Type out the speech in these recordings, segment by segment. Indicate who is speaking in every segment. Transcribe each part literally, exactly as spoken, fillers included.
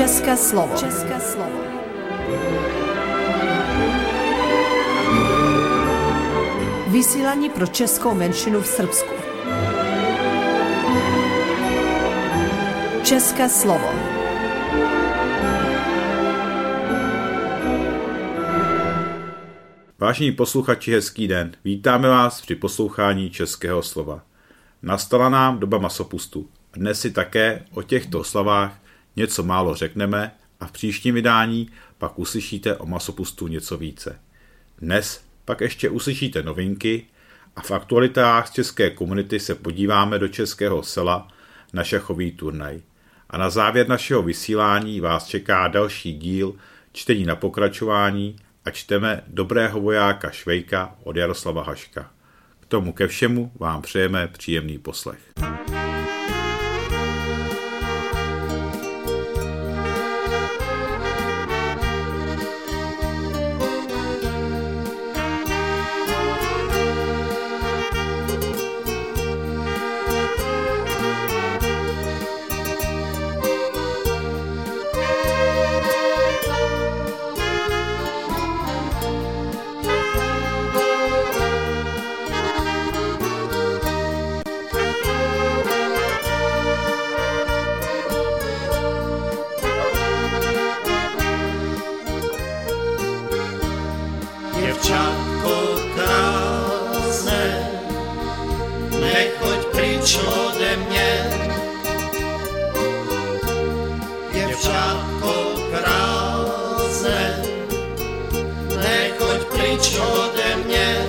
Speaker 1: České slovo. České slovo. Vysílání pro českou menšinu v Srbsku. České slovo.
Speaker 2: Vážení posluchači, hezký den. Vítáme vás při poslouchání Českého slova. Nastala nám doba masopustu. Dnes si také o těchto oslavách něco málo řekneme a v příštím vydání pak uslyšíte o masopustu něco více. Dnes pak ještě uslyšíte novinky a v aktualitách z české komunity se podíváme do českého sela na šachový turnaj. A na závěr našeho vysílání vás čeká další díl čtení na pokračování a čteme Dobrého vojáka Švejka od Jaroslava Haška. K tomu ke všemu vám přejeme příjemný poslech.
Speaker 3: Děvčátko krásné, nechoď pryč ode mě. Děvčátko krásné, nechoď pryč ode mě.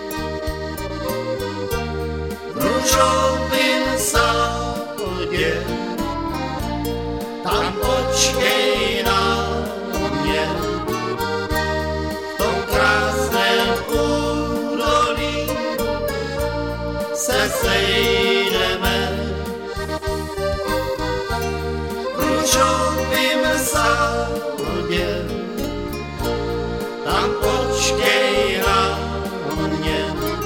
Speaker 3: V růžovým sadě, tam počkej na mě. Se sejdeme v růžovým sadě, tam počkej na mě.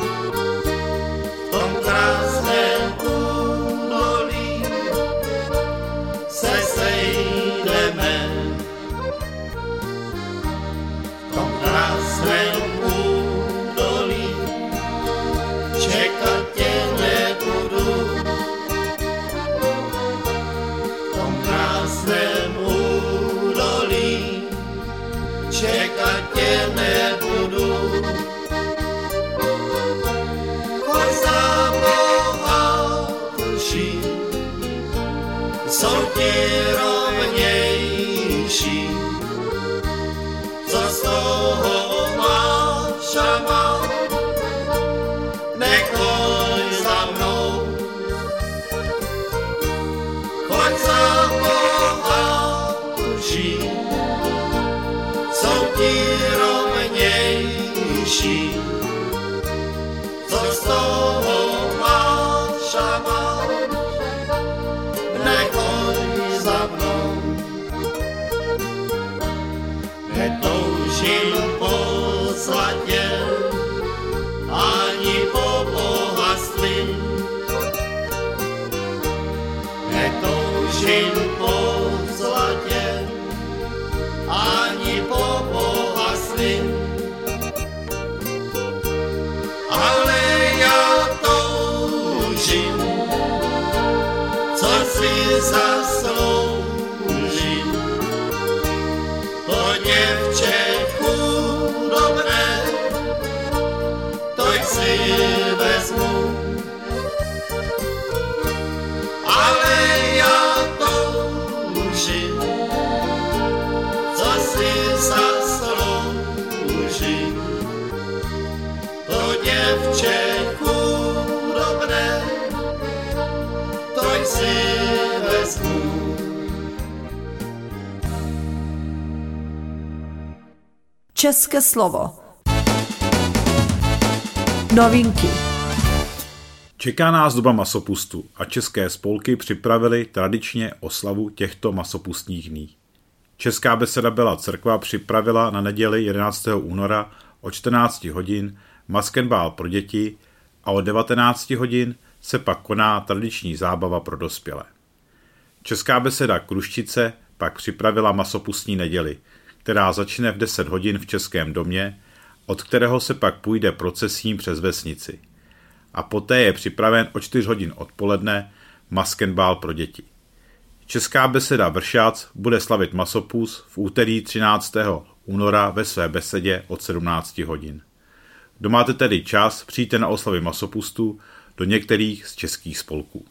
Speaker 3: V tom krásném údolí se sejdeme, v tom krásném údolí čekat tě nebudu. V tom krásném údolí čekat tě nebudu. Choď za bohatší, jsou ti rovnější, co z toho máš a mám. Nechoď za mnou, choď za bohatší, jsou ti rovnější, co z toho máš a mám. Nechoď za mnou, netoužím po zlatě, ani po bohatství. Netoužím po zlatě, ani po bohatství. Ale já toužím, co si zasloužím. To děvče chudobné, to si vezmu, ale já toužím, co si zasloužím. To děvče chudobné, to si vezmu.
Speaker 1: České slovo. Novinky.
Speaker 2: Čeká nás doba masopustu a české spolky připravily tradičně oslavu těchto masopustních dní. Česká beseda Bela Crkva připravila na neděli jedenáctého února o čtrnáct hodin maskenbál pro děti a o devatenáct hodin se pak koná tradiční zábava pro dospělé. Česká beseda Kruščice pak připravila masopustní neděli, která začne v deset hodin v Českém domě, od kterého se pak půjde procesím přes vesnici. A poté je připraven o čtyři hodin odpoledne maskenbál pro děti. Česká beseda Vršac bude slavit masopus v úterý třináctého února ve své besedě od sedmnáct hodin. Kdo máte tedy čas, přijďte na oslavy masopustu do některých z českých spolků.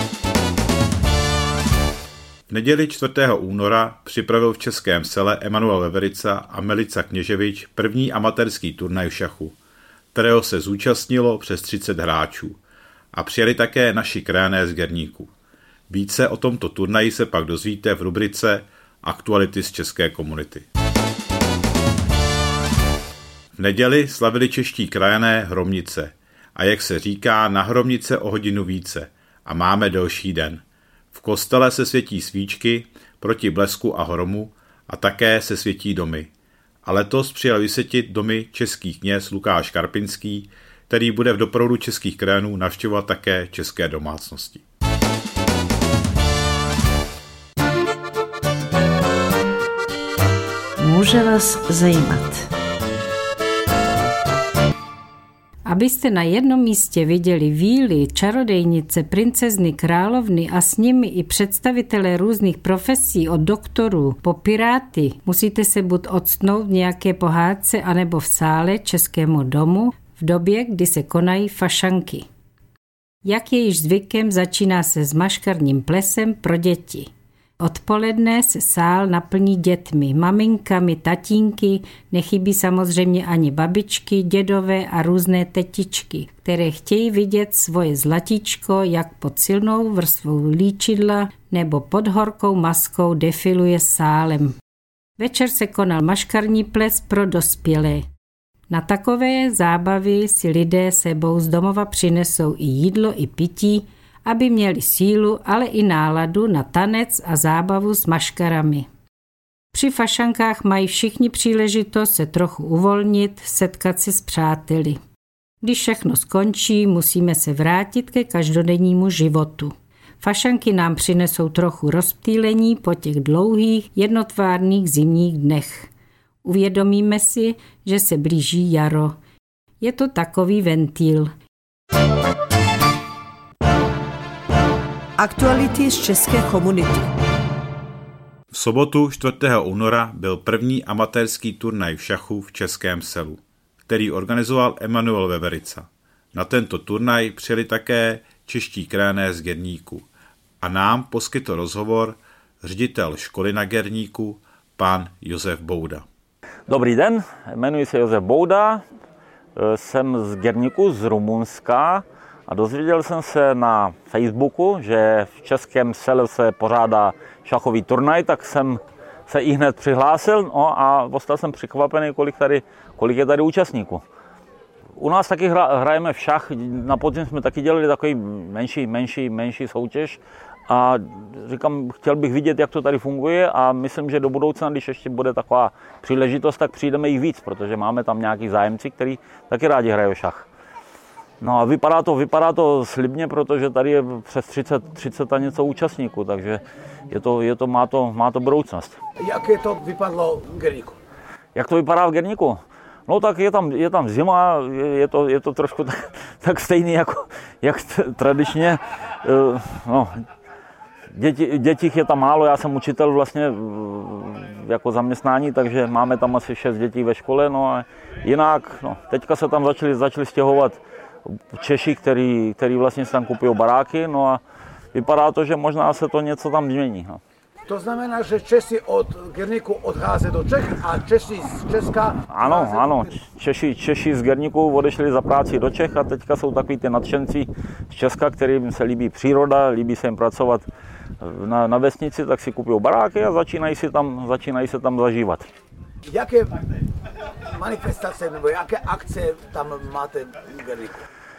Speaker 2: V neděli čtvrtého února připravil v Českém Sele Emanuel Veverica a Melica Kněževič první amatérský turnaj v šachu, kterého se zúčastnilo přes třicet hráčů a přijeli také naši krajané z Gerníku. Více o tomto turnaji se pak dozvíte v rubrice Aktuality z české komunity. V neděli slavili čeští krajané Hromnice a jak se říká, na Hromnice o hodinu více a máme delší den. V kostele se světí svíčky proti blesku a hromu a také se světí domy. A letos přijel vysvětit domy český kněz Lukáš Karpinský, který bude v doprovodu českých krajanů navštěvovat také české domácnosti.
Speaker 4: Může vás zajímat. Abyste na jednom místě viděli víly, čarodejnice, princezny, královny a s nimi i představitelé různých profesí od doktorů po piráty, musíte se buď odstnout v nějaké pohádce anebo v sále Českému domu v době, kdy se konají fašanky. Jak je již zvykem, začíná se s maškarním plesem pro děti. Odpoledne se sál naplní dětmi, maminkami, tatínky, nechybí samozřejmě ani babičky, dědové a různé tetičky, které chtějí vidět svoje zlatíčko, jak pod silnou vrstvou líčidla nebo pod horkou maskou defiluje sálem. Večer se konal maškarní ples pro dospělé. Na takové zábavy si lidé sebou z domova přinesou i jídlo, i pití, aby měli sílu, ale i náladu na tanec a zábavu s maškarami. Při fašankách mají všichni příležitost se trochu uvolnit, setkat se s přáteli. Když všechno skončí, musíme se vrátit ke každodennímu životu. Fašanky nám přinesou trochu rozptýlení po těch dlouhých, jednotvárných zimních dnech. Uvědomíme si, že se blíží jaro. Je to takový ventil.
Speaker 1: Aktuality z české komunity.
Speaker 2: V sobotu čtvrtého února byl první amatérský turnaj v šachu v Českém Selu, který organizoval Emanuel Veverica. Na tento turnaj přijeli také čeští krajané z Gerníku a nám poskytl rozhovor ředitel školy na Gerníku, pan Josef Bouda.
Speaker 5: Dobrý den, jmenuji se Josef Bouda, jsem z Gerníku, z Rumunska a dozvěděl jsem se na Facebooku, že v Českém Selu se pořádá šachový turnaj, tak jsem se i hned přihlásil, no a ostal jsem překvapený, kolik, tady, kolik je tady účastníků. U nás taky hra, hrajeme v šach, na podzim jsme taky dělali takový menší, menší, menší soutěž a říkám, chtěl bych vidět, jak to tady funguje a myslím, že do budoucna, když ještě bude taková příležitost, tak přijdeme jich víc, protože máme tam nějaký zájemci, kteří taky rádi hrají šach. No a vypadá to, vypadá to slibně, protože tady je přes třicet, třicet a něco účastníků, takže je to, je to, má, to, má to budoucnost.
Speaker 6: Jak je to vypadlo v Gerníku?
Speaker 5: Jak to vypadá v Gerníku? No tak je tam, je tam zima, je to, je to trošku tak, tak stejný jako jak tradičně. No, děti, dětí je tam málo, já jsem učitel vlastně jako zaměstnání, takže máme tam asi šest dětí ve škole. No a jinak, no, teďka se tam začali, začali stěhovat Češi, který, který vlastně si tam kupují baráky, no a vypadá to, že možná se to něco tam změní. No.
Speaker 6: To znamená, že Česi od Gerníku odchází do Čech a Češi z Česka...
Speaker 5: Ano, ano, Češi, Češi z Gerníku odešli za práci do Čech a teďka jsou takový ty nadšenci z Česka, kterým se líbí příroda, líbí se jim pracovat na, na vesnici, tak si kupují baráky a začínají, si tam, začínají se tam zažívat.
Speaker 6: Jaké manifestace nebo jaké akce tam máte v Gerníku?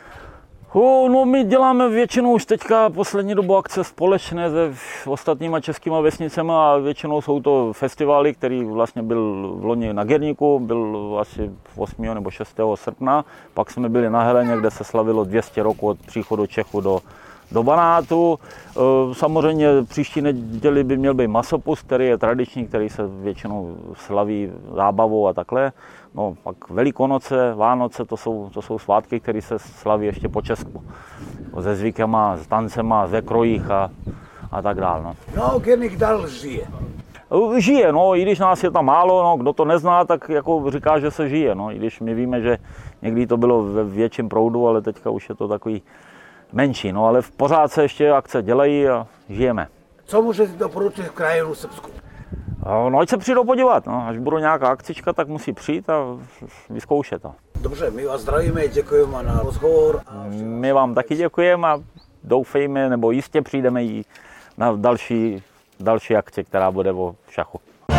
Speaker 5: Oh, no my děláme většinou už teďka poslední dobu akce společné se ostatníma českýma vesnicemi a většinou jsou to festivály, který vlastně byl v loni na Gerníku, byl asi osmého nebo šestého srpna, pak jsme byli na Heleně, kde se slavilo dvě stě roků od příchodu Čechů do, do Banátu. Samozřejmě příští neděli by měl být masopust, který je tradiční, který se většinou slaví zábavou a takhle. No pak Velikonoce, Vánoce, to jsou, to jsou svátky, které se slaví ještě po Česku. Se zvykama, s tancema, ve krojích a, a tak dále. No,
Speaker 6: no Gerník dál žije.
Speaker 5: Žije, no, i když nás je tam málo, no, kdo to nezná, tak jako říká, že se žije, no, i když my víme, že někdy to bylo ve větším proudu, ale teďka už je to takový menší, no, ale v pořád se ještě akce dělají a žijeme.
Speaker 6: Co můžete doporučit v krajinu Srbsku?
Speaker 5: No, ať se přijdou podívat, no, až bude nějaká akcička, tak musí přijít a vyzkoušet to.
Speaker 6: Dobře, my vás zdravíme, děkujeme na rozhovor.
Speaker 5: My vám taky děkujeme a doufejme, nebo jistě přijdeme i na další další akce, která bude o šachu.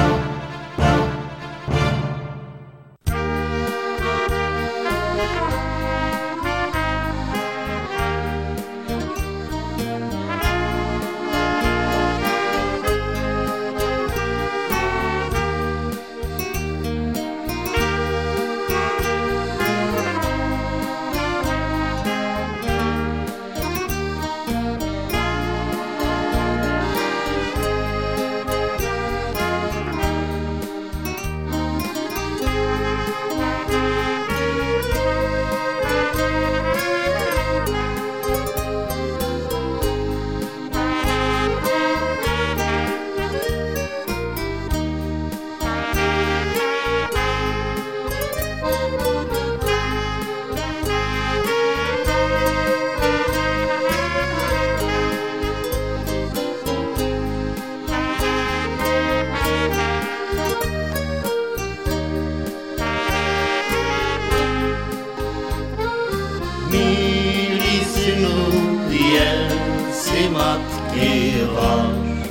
Speaker 3: matky váš.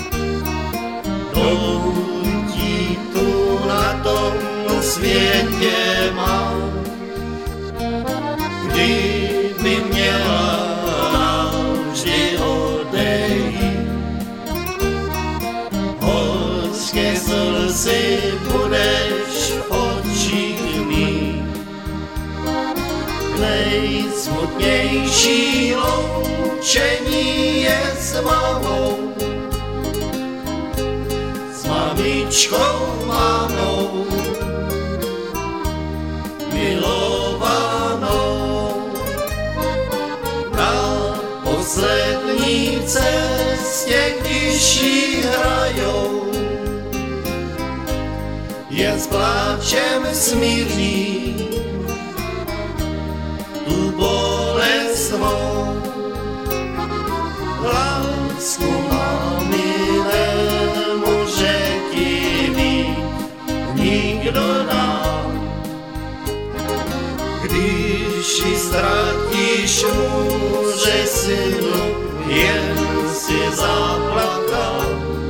Speaker 3: Doutí tu na tom světě máš, kdyby měla navždy odejít. Hořké slzy budeš v očích mít, nejsmutnější loučení je s mamou, s mamičkou mámou, milovanou. Na poslední cestě, když jí hrajou, je s pláčem smíří tu bolest svou. Lásku mámy nemůže ti být nikdo dál, když ji ztratíš, může synu jen si zaplakat.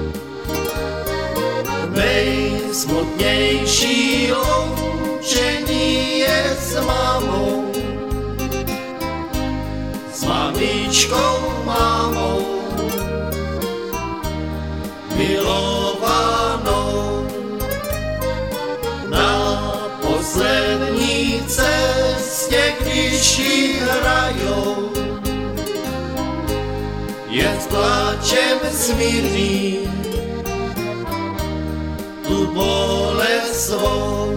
Speaker 3: Nejsmutnější loučení je s mamou, s mamičkou mámou, milovanou. Na poslední cestě, když jí hrajou, je s pláčem smíří tu bolest svou.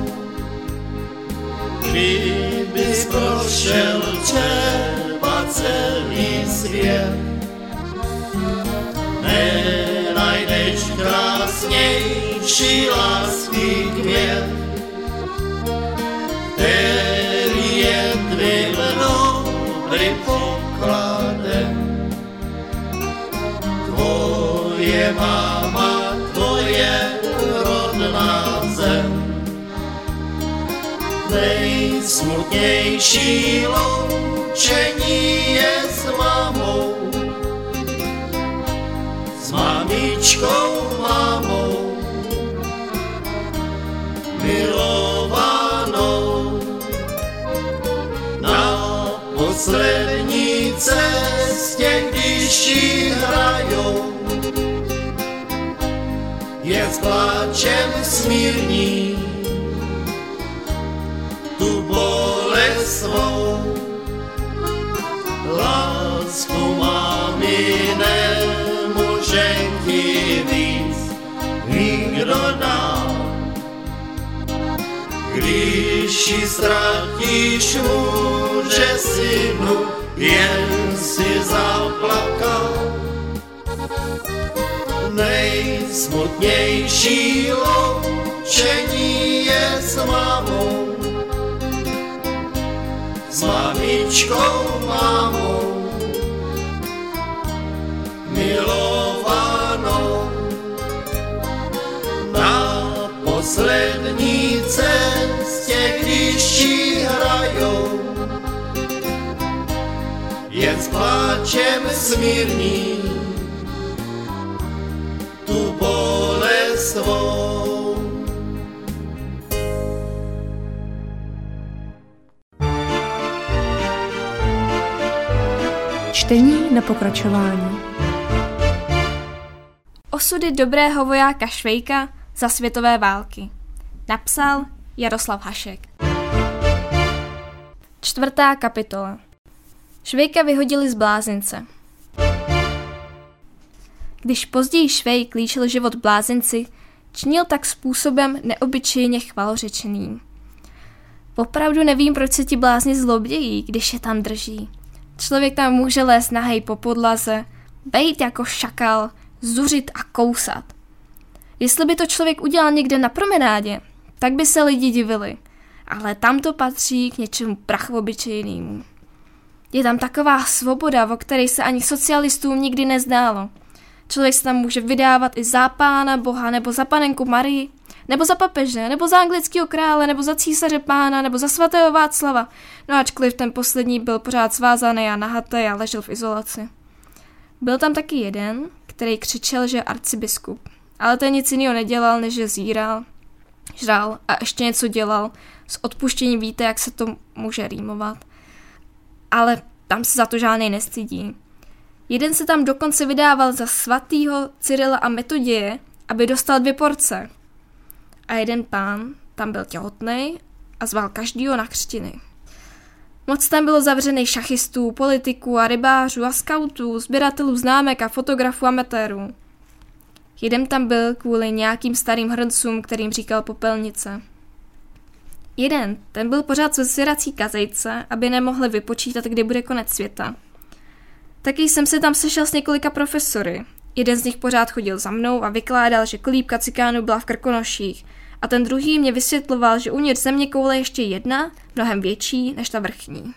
Speaker 3: Kdybys prošel třeba celý svět, nenajdeš krásnější lásky květ, který je tvým dobrým pokladem. Tvoje máma, tvoje rodná zem. Nejsmutnější loučení je s mamou, s mamičkou mámou, milovanou. Na poslední cestě, když jí hrajou, je s pláčem smírní tu bolest svou. Lásku má Když ji ztratíš, muže synu, jen si zaplakal. Nejsmutnější loučení je s mámou, s mamičkou mámou, milovanou. Na poslední cestě, když ji hrajou, jen s pláčem smírní tu bolest svou.
Speaker 7: Čtení na pokračování.
Speaker 8: Osudy dobrého vojáka Švejka za světové války. Napsal Jaroslav Hašek. Čtvrtá kapitola. Švejka vyhodili z blázince. Když později Švejk líčil život blázinci, činil tak způsobem neobyčejně chvalořečeným. Opravdu nevím, proč se ti blázni zlobějí, když je tam drží. Člověk tam může lézt nahej po podlaze, bejt jako šakal, zuřit a kousat. Jestli by to člověk udělal někde na promenádě, tak by se lidi divili, ale tam to patří k něčemu prachobyčejnému. Je tam taková svoboda, o které se ani socialistům nikdy nezdálo. Člověk se tam může vydávat i za Pána Boha, nebo za panenku Marii, nebo za papeže, nebo za anglického krále, nebo za císaře Pána, nebo za svatého Václava. No ačkoliv ten poslední byl pořád svázaný a nahatý a ležel v izolaci. Byl tam taky jeden, který křičel, že je arcibiskup. Ale ten nic jiného nedělal, než že zíral, žral a ještě něco dělal. S odpuštěním víte, jak se to může rýmovat. Ale tam se za to žádnej nestydí. Jeden se tam dokonce vydával za svatýho Cyrila a Metoděje, aby dostal dvě porce. A jeden pán tam byl těhotnej a zval každýho na křtiny. Moc tam bylo zavřených šachistů, politiků a rybářů a skautů, sběratelů známek a fotografů amatérů. Jeden tam byl kvůli nějakým starým hrncům, kterým říkal popelnice. Jeden, ten byl pořád ve svěrací kazejce, aby nemohli vypočítat, kdy bude konec světa. Taky jsem se tam sešel s několika profesory. Jeden z nich pořád chodil za mnou a vykládal, že kolíbka cikánů byla v Krkonoších. A ten druhý mě vysvětloval, že uvnitř země koule ještě jedna, mnohem větší než ta vrchní.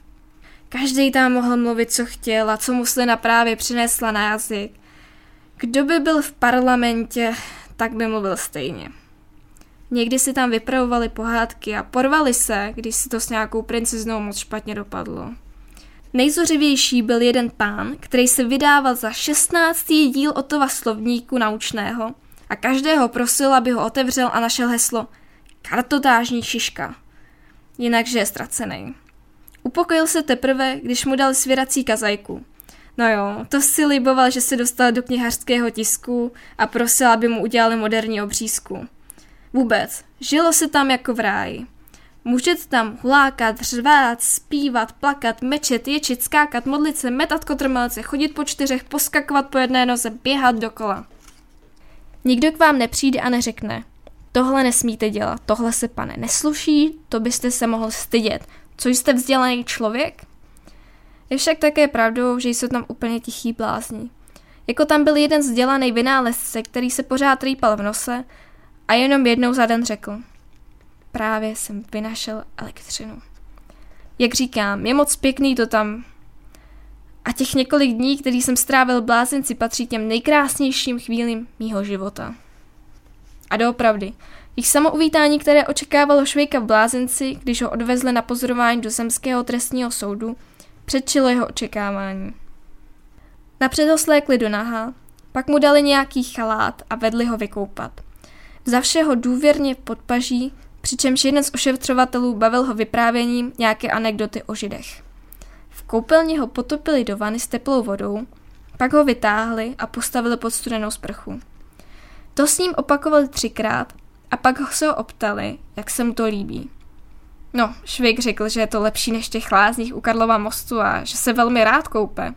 Speaker 8: Každý tam mohl mluvit, co chtěl a co mu slina právě přinesla na jazyk. Kdo by byl v parlamentě, tak by mluvil stejně. Někdy si tam vypravovali pohádky a porvali se, když si to s nějakou princeznou moc špatně dopadlo. Nejzuřivější byl jeden pán, který se vydával za šestnáctý díl Ottova slovníku naučného a každého prosil, aby ho otevřel a našel heslo kartotážní šiška. Jinakže je ztracený. Upokojil se teprve, když mu dali svěrací kazajku. No jo, to si liboval, že se dostal do knihařského tisku a prosil, aby mu udělali moderní obřízku. Vůbec, žilo se tam jako v ráji. Můžete tam hulákat, řvát, zpívat, plakat, mečet, ječit, skákat, modlit se, metat kotrmelce, chodit po čtyřech, poskakovat po jedné noze, běhat dokola. Nikdo k vám nepřijde a neřekne, tohle nesmíte dělat, tohle se pane nesluší, to byste se mohl stydět, co jste vzdělaný člověk? Je však také pravdou, že jsou tam úplně tichý blázni. Jako tam byl jeden vzdělaný vynálezce, který se pořád rýpal v nose a jenom jednou za den řekl, právě jsem vynašel elektřinu. Jak říkám, je moc pěkný to tam. A těch několik dní, který jsem strávil v blázinci, patří těm nejkrásnějším chvílim mýho života. A doopravdy, jich samo uvítání, které očekávalo Švejka v blázinci, když ho odvezli na pozorování do zemského trestního soudu, předčilo jeho očekávání. Napřed ho slékli do naha, pak mu dali nějaký chalát a vedli ho vykoupat. Vzavše ho důvěrně pod paží, přičemž jeden z ošetřovatelů bavil ho vyprávěním nějaké anekdoty o Židech. V koupelně ho potopili do vany s teplou vodou, pak ho vytáhli a postavili pod studenou sprchu. To s ním opakovali třikrát a pak ho se ho optali, jak se mu to líbí. No, Švejk řekl, že je to lepší než v těch lázních u Karlova mostu a že se velmi rád koupe.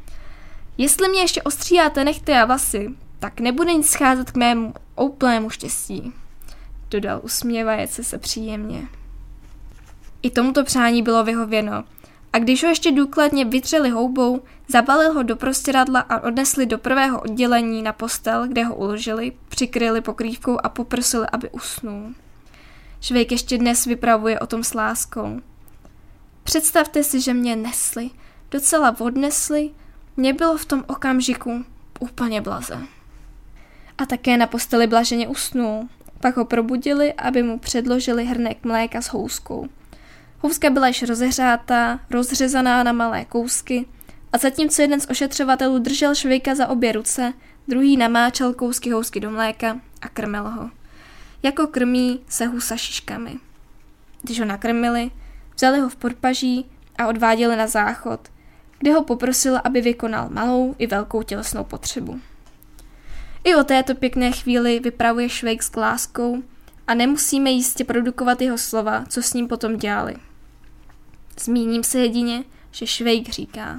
Speaker 8: Jestli mě ještě ostříháte nehty a vlasy, tak nebude nic scházet k mému úplnému štěstí, dodal usměvajíc se příjemně. I tomuto přání bylo vyhověno. A když ho ještě důkladně vytřeli houbou, zabalil ho do prostěradla a odnesli do prvého oddělení na postel, kde ho uložili, přikryli pokrývkou a poprosili, aby usnul. Švejk ještě dnes vypravuje o tom s láskou. Představte si, že mě nesli, docela odnesli, mě bylo v tom okamžiku úplně blaze. A také na posteli blaženě usnul. Pak ho probudili, aby mu předložili hrnek mléka s houskou. Houska byla již rozehřátá, rozřezaná na malé kousky a zatímco jeden z ošetřovatelů držel Švejka za obě ruce, druhý namáčel kousky housky do mléka a krmil ho. Jako krmí se husa šiškami. Když ho nakrmili, vzali ho v podpaží a odváděli na záchod, kde ho poprosil, aby vykonal malou i velkou tělesnou potřebu. I o této pěkné chvíli vypravuje Švejk s láskou a nemusíme jistě produkovat jeho slova, co s ním potom dělali. Zmíním se jedině, že Švejk říká: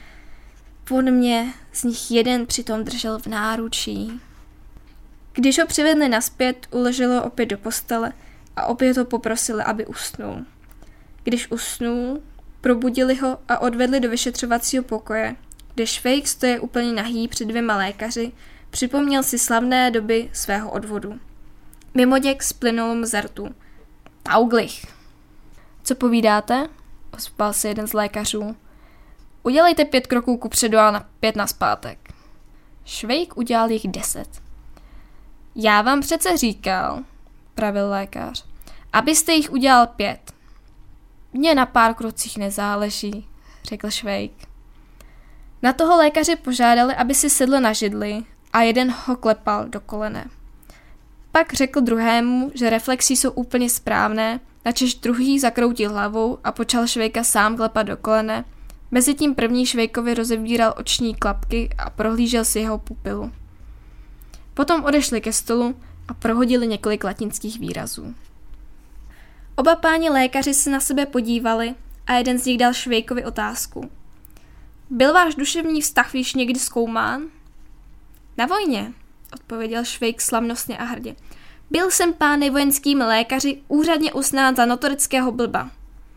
Speaker 8: On mě z nich jeden přitom držel v náručí. Když ho přivedli nazpět, uložili ho opět do postele a opět ho poprosili, aby usnul. Když usnul, probudili ho a odvedli do vyšetřovacího pokoje, kde Švejk stoje úplně nahý před dvěma lékaři, připomněl si slavné doby svého odvodu. Mimoděk splynul mu z rtu. Tauglich. Co povídáte? Ozval se jeden z lékařů. Udělejte pět kroků kupředu a na pět nazpátek. Švejk udělal jich deset. Já vám přece říkal, pravil lékař, abyste jich udělal pět. Mně na pár krocích nezáleží, řekl Švejk. Na toho lékaři požádali, aby si sedl na židli a jeden ho klepal do kolene. Pak řekl druhému, že reflexy jsou úplně správné, načež druhý zakroutil hlavou a počal Švejka sám klepat do kolene. Mezitím první Švejkovi rozevíral oční klapky a prohlížel si jeho pupilu. Potom odešli ke stolu a prohodili několik latinských výrazů. Oba páni lékaři se na sebe podívali a jeden z nich dal Švejkovi otázku. Byl váš duševní vztah již někdy zkoumán? Na vojně, odpověděl Švejk slavnostně a hrdě. Byl jsem pány vojenskými lékaři úřadně uznán za notorického blba.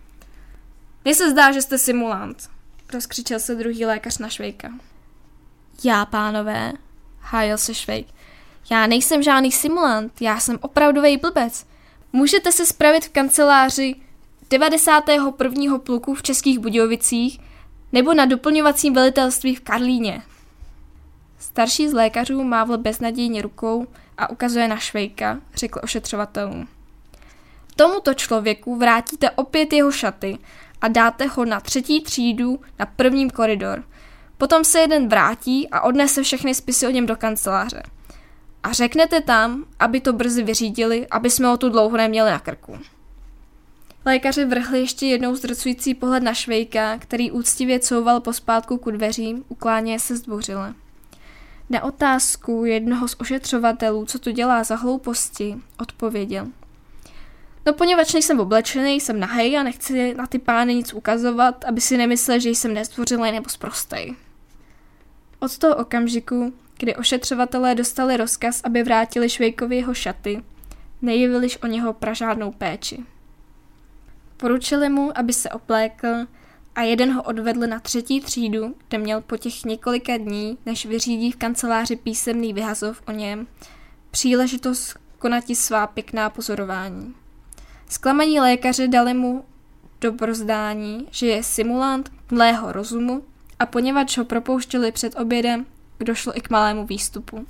Speaker 8: Mně se zdá, že jste simulant, rozkřičel se druhý lékař na Švejka. Já, pánové, hájil se Švejk, já nejsem žádný simulant, já jsem opravdový blbec. Můžete se spravit v kanceláři devadesátého prvního pluku v Českých Budějovicích nebo na doplňovacím velitelství v Karlíně. Starší z lékařů mávl beznadějně rukou a ukazuje na Švejka, řekl ošetřovatelům. Tomuto člověku vrátíte opět jeho šaty a dáte ho na třetí třídu na prvním koridor. Potom se jeden vrátí a odnese všechny spisy o něm do kanceláře. A řeknete tam, aby to brzy vyřídili, aby jsme ho tu dlouho neměli na krku. Lékaři vrhli ještě jednou zdrcující pohled na Švejka, který úctivě couval pospátku ku dveřím, ukláněje se zdvořile. Na otázku jednoho z ošetřovatelů, co to dělá za hlouposti, odpověděl. No poněvadž nejsem oblečený, jsem nahej a nechci na ty pány nic ukazovat, aby si nemysleli, že jsem nezdvořilej nebo sprostej. Od toho okamžiku, kdy ošetřovatelé dostali rozkaz, aby vrátili Švejkovi jeho šaty, nejeviliž o něho pražádnou péči. Poručili mu, aby se oplékl a jeden ho odvedl na třetí třídu, kde měl po těch několika dní, než vyřídí v kanceláři písemný vyhazov o něm, příležitost konati svá pěkná pozorování. Zklamaní lékaři dali mu dobrozdání, že je simulant mlého rozumu a poněvadž ho propouštěli před obědem, došlo i k malému výstupu.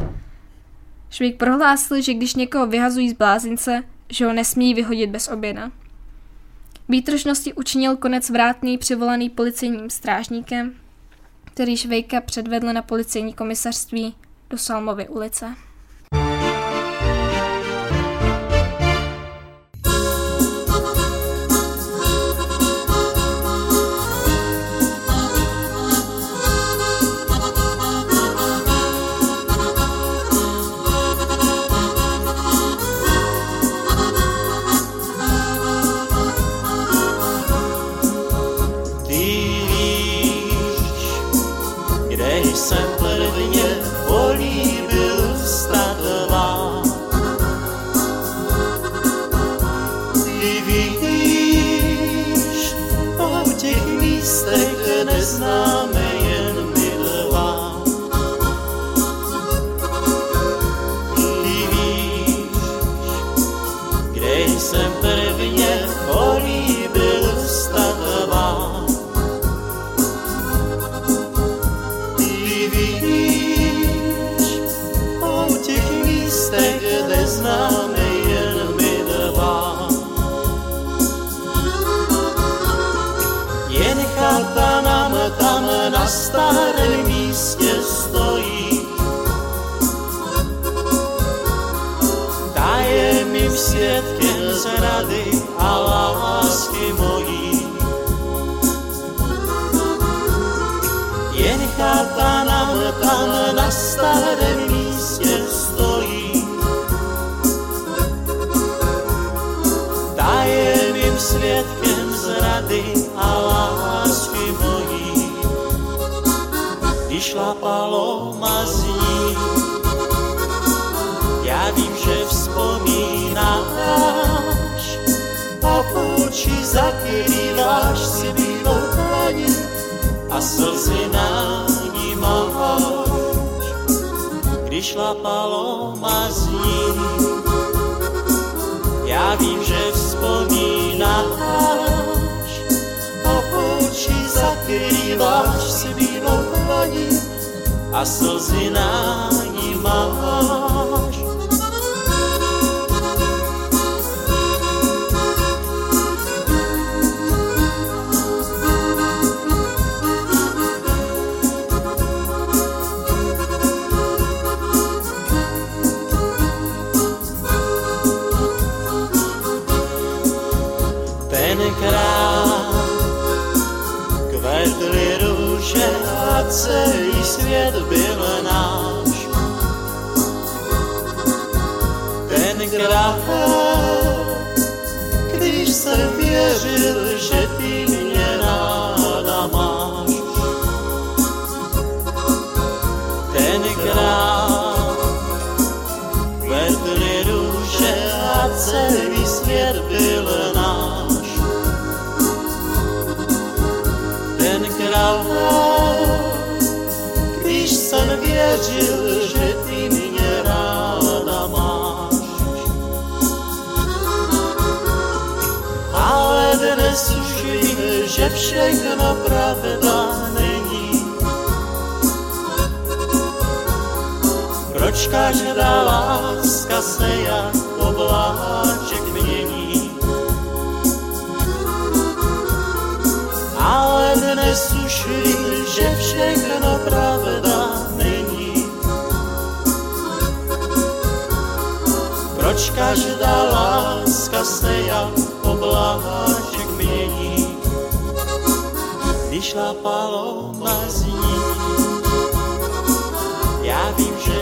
Speaker 8: Švejk prohlásil, že když někoho vyhazují z blázince, že ho nesmí vyhodit bez oběda. Výtržnosti učinil konec vrátný přivolaný policejním strážníkem, který Švejka předvedl na policejní komisařství do Salmovy ulice.
Speaker 3: Jsem prvně políbil chata nám tam na starém místě stojí. Ta je mým svědkem zrady a lásky mojí. Jen chata nám tam na starém místě stojí. Ta je mým svědkem zrady a lásky mojí. Když šlapalo ma z ní, já vím, že vzpomínáš a oči zakrýváš si bílou tlaní a slzy na ní máš. Když šlapalo ma z ní, já vím, že vzpomínáš a oči zakrýváš si bílou tlaní a slzy na ní máš. Tenkrát kvetly růže a celý svět byl náš. Tenkrát, když jsem věřil, že ty mě ráda máš. Tenkrát kvetly růže a celý svět byl náš. Když jsem věřil, že ty mě ráda máš. Ale dnes už vím, že všechno pravda není. Proč každá láska se jak obláček mění? Ale dnes už vím, že všechno pravda není. Proč každá láska se jak obláček mění? Když šlapalo ma z ní, já vím, že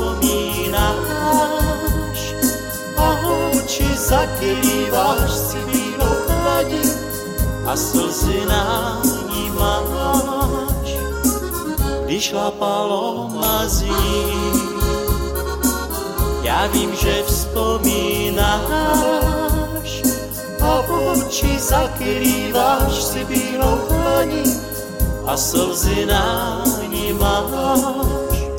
Speaker 3: vzpomínáš a oči zakrýváš si bílou tlaní a slzy na ní máš. Když šlapalo ma z ní, já vím, že vzpomínáš a oči zakrýváš si bílou tlaní a slzy na ní máš.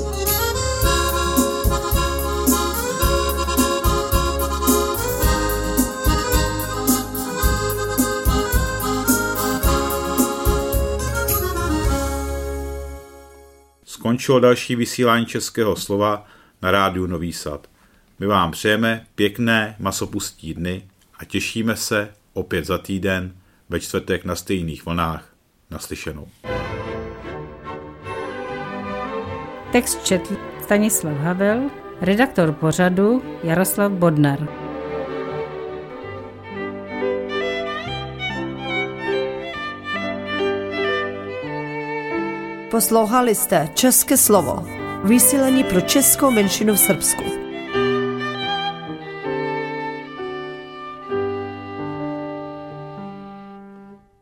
Speaker 2: Skončilo další vysílání Českého slova na rádiu Nový Sad. My vám přejeme pěkné masopustí dny a těšíme se opět za týden ve čtvrtek na stejných vlnách. Naslyšenou.
Speaker 4: Text četl Stanislav Havel, redaktor pořadu Jaroslav Bodnar.
Speaker 1: Poslouchali jste České slovo, vysílání pro českou menšinu v Srbsku.